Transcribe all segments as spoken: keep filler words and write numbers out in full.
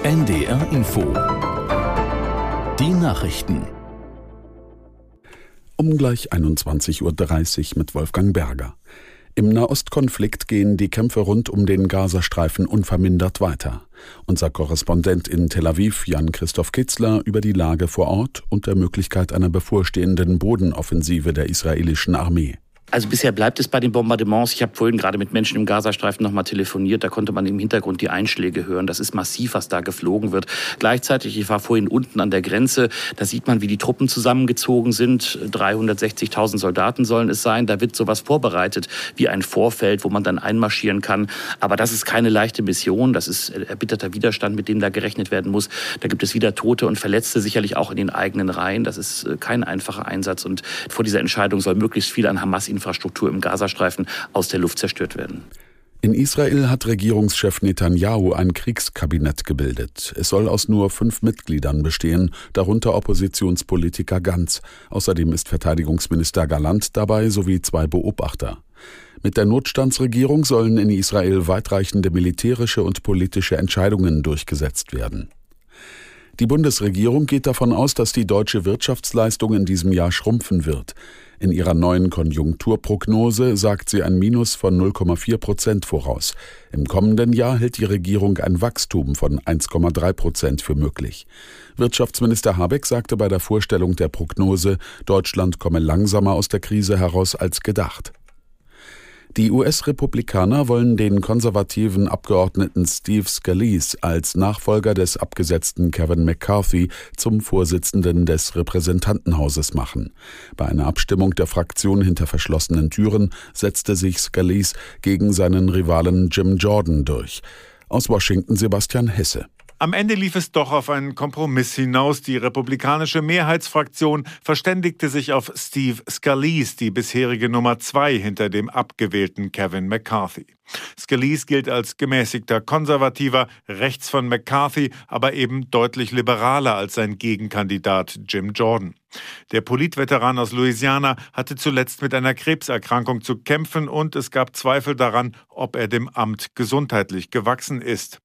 N D R Info. Die Nachrichten. Um gleich einundzwanzig Uhr dreißig mit Wolfgang Berger. Im Nahostkonflikt gehen die Kämpfe rund um den Gazastreifen unvermindert weiter. Unser Korrespondent in Tel Aviv, Jan-Christoph Kitzler, über die Lage vor Ort und der Möglichkeit einer bevorstehenden Bodenoffensive der israelischen Armee. Also bisher bleibt es bei den Bombardements. Ich habe vorhin gerade mit Menschen im Gazastreifen noch mal telefoniert. Da konnte man im Hintergrund die Einschläge hören. Das ist massiv, was da geflogen wird. Gleichzeitig, ich war vorhin unten an der Grenze, da sieht man, wie die Truppen zusammengezogen sind. dreihundertsechzigtausend Soldaten sollen es sein. Da wird sowas vorbereitet wie ein Vorfeld, wo man dann einmarschieren kann. Aber das ist keine leichte Mission. Das ist erbitterter Widerstand, mit dem da gerechnet werden muss. Da gibt es wieder Tote und Verletzte, sicherlich auch in den eigenen Reihen. Das ist kein einfacher Einsatz. Und vor dieser Entscheidung soll möglichst viel an Hamas Infrastruktur im Gazastreifen aus der Luft zerstört werden. In Israel hat Regierungschef Netanyahu ein Kriegskabinett gebildet. Es soll aus nur fünf Mitgliedern bestehen, darunter Oppositionspolitiker Gantz. Außerdem ist Verteidigungsminister Gallant dabei sowie zwei Beobachter. Mit der Notstandsregierung sollen in Israel weitreichende militärische und politische Entscheidungen durchgesetzt werden. Die Bundesregierung geht davon aus, dass die deutsche Wirtschaftsleistung in diesem Jahr schrumpfen wird. In ihrer neuen Konjunkturprognose sagt sie ein Minus von null Komma vier Prozent voraus. Im kommenden Jahr hält die Regierung ein Wachstum von eins Komma drei Prozent für möglich. Wirtschaftsminister Habeck sagte bei der Vorstellung der Prognose, Deutschland komme langsamer aus der Krise heraus als gedacht. Die U S-Republikaner wollen den konservativen Abgeordneten Steve Scalise als Nachfolger des abgesetzten Kevin McCarthy zum Vorsitzenden des Repräsentantenhauses machen. Bei einer Abstimmung der Fraktion hinter verschlossenen Türen setzte sich Scalise gegen seinen Rivalen Jim Jordan durch. Aus Washington Sebastian Hesse. Am Ende lief es doch auf einen Kompromiss hinaus. Die republikanische Mehrheitsfraktion verständigte sich auf Steve Scalise, die bisherige Nummer zwei hinter dem abgewählten Kevin McCarthy. Scalise gilt als gemäßigter Konservativer, rechts von McCarthy, aber eben deutlich liberaler als sein Gegenkandidat Jim Jordan. Der Politveteran aus Louisiana hatte zuletzt mit einer Krebserkrankung zu kämpfen und es gab Zweifel daran, ob er dem Amt gesundheitlich gewachsen ist.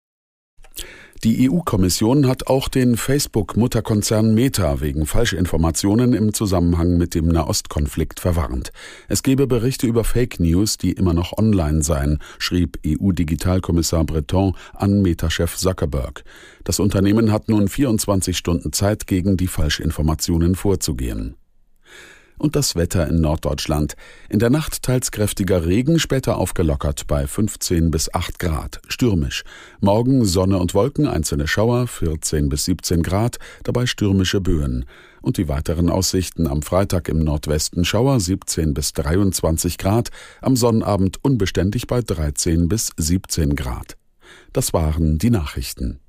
Die E U-Kommission hat auch den Facebook-Mutterkonzern Meta wegen Falschinformationen im Zusammenhang mit dem Nahostkonflikt verwarnt. Es gebe Berichte über Fake News, die immer noch online seien, schrieb E U-Digitalkommissar Breton an Meta-Chef Zuckerberg. Das Unternehmen hat nun vierundzwanzig Stunden Zeit, gegen die Falschinformationen vorzugehen. Und das Wetter in Norddeutschland. In der Nacht teils kräftiger Regen, später aufgelockert bei fünfzehn bis acht Grad. Stürmisch. Morgen Sonne und Wolken, einzelne Schauer, vierzehn bis siebzehn Grad, dabei stürmische Böen. Und die weiteren Aussichten: am Freitag im Nordwesten Schauer, siebzehn bis dreiundzwanzig Grad, am Sonnabend unbeständig bei dreizehn bis siebzehn Grad. Das waren die Nachrichten.